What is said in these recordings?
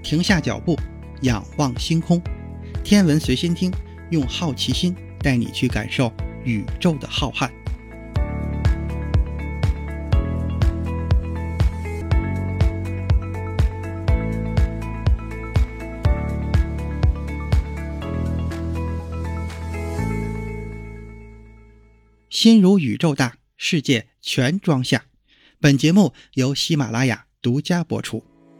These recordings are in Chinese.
停下脚步，仰望星空。天文随心听，用好奇心带你去感受宇宙的浩瀚。心如宇宙大，世界全装下。本节目由喜马拉雅独家播出。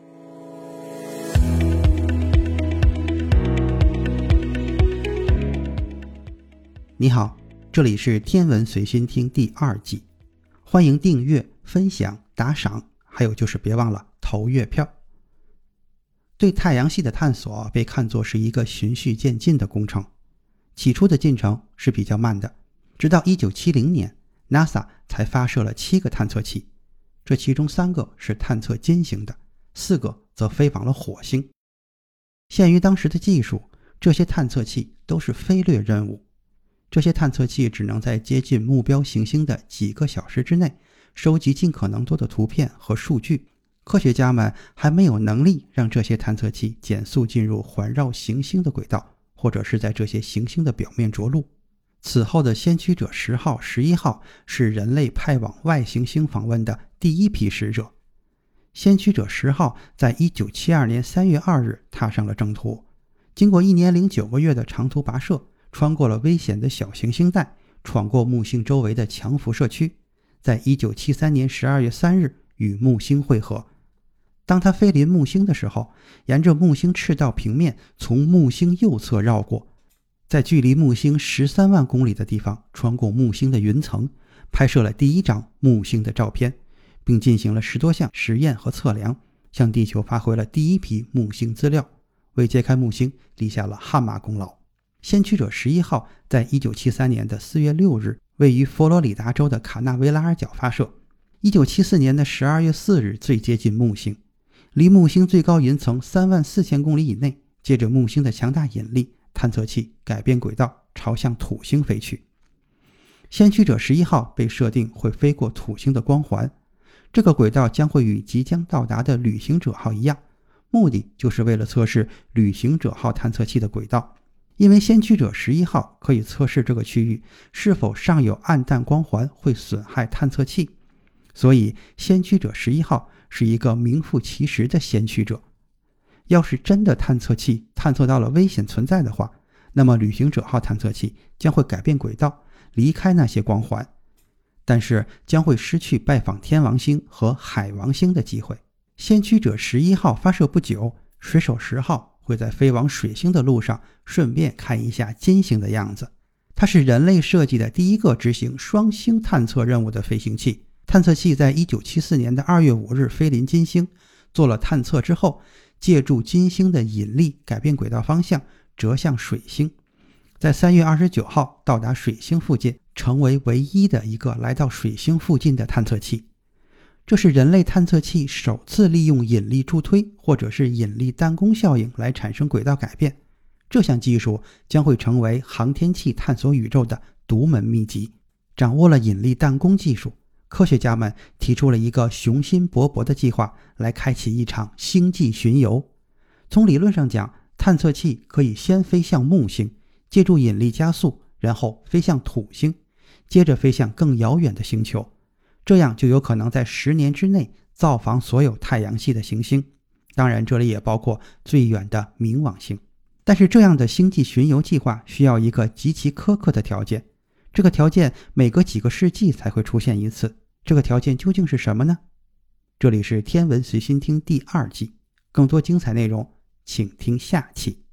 你好，这里是天文随心听第2季，欢迎订阅、分享、打赏，还有就是别忘了投月票。对太阳系的探索被看作是一个循序渐进的工程，起初的进程是比较慢的，直到1970年 NASA 才发射了7个探测器，这其中3个是探测金星的，4个则飞往了火星。限于当时的技术，这些探测器都是飞掠任务，这些探测器只能在接近目标行星的几个小时之内收集尽可能多的图片和数据。科学家们还没有能力让这些探测器减速进入环绕行星的轨道，或者是在这些行星的表面着陆。此后的先驱者10号、11号是人类派往外行星访问的第一批使者。先驱者10号在1972年3月2日踏上了征途，经过1年09个月的长途跋涉，穿过了危险的小行星带，闯过木星周围的强辐射区，在1973年12月3日与木星会合。当他飞临木星的时候，沿着木星赤道平面从木星右侧绕过，在距离木星13万公里的地方穿过木星的云层，拍摄了第一张木星的照片，并进行了10多项实验和测量，向地球发回了第一批木星资料，为揭开木星立下了汗马功劳。先驱者11号在1973年的4月6日位于佛罗里达州的卡纳维拉尔角发射，1974年的12月4日最接近木星，离木星最高云层34000公里以内，借着木星的强大引力，探测器改变轨道朝向土星飞去。先驱者11号被设定会飞过土星的光环，这个轨道将会与即将到达的旅行者号一样，目的就是为了测试旅行者号探测器的轨道。因为先驱者11号可以测试这个区域是否尚有暗淡光环会损害探测器，所以先驱者11号是一个名副其实的先驱者。要是真的探测器探测到了危险存在的话，那么旅行者号探测器将会改变轨道，离开那些光环，但是将会失去拜访天王星和海王星的机会。先驱者11号发射不久，水手10号会在飞往水星的路上顺便看一下金星的样子。它是人类设计的第一个执行双星探测任务的飞行器。探测器在1974年的2月5日飞临金星，做了探测之后，借助金星的引力改变轨道方向，折向水星。在3月29号到达水星附近，成为唯一的一个来到水星附近的探测器。这是人类探测器首次利用引力助推或者是引力弹弓效应来产生轨道改变，这项技术将会成为航天器探索宇宙的独门秘籍。掌握了引力弹弓技术，科学家们提出了一个雄心勃勃的计划，来开启一场星际巡游。从理论上讲，探测器可以先飞向木星，借助引力加速，然后飞向土星，接着飞向更遥远的星球，这样就有可能在10年之内造访所有太阳系的行星，当然这里也包括最远的冥王星。但是这样的星际巡游计划需要一个极其苛刻的条件，这个条件每隔几个世纪才会出现一次，这个条件究竟是什么呢？这里是天文随心听第2季，更多精彩内容请听下期。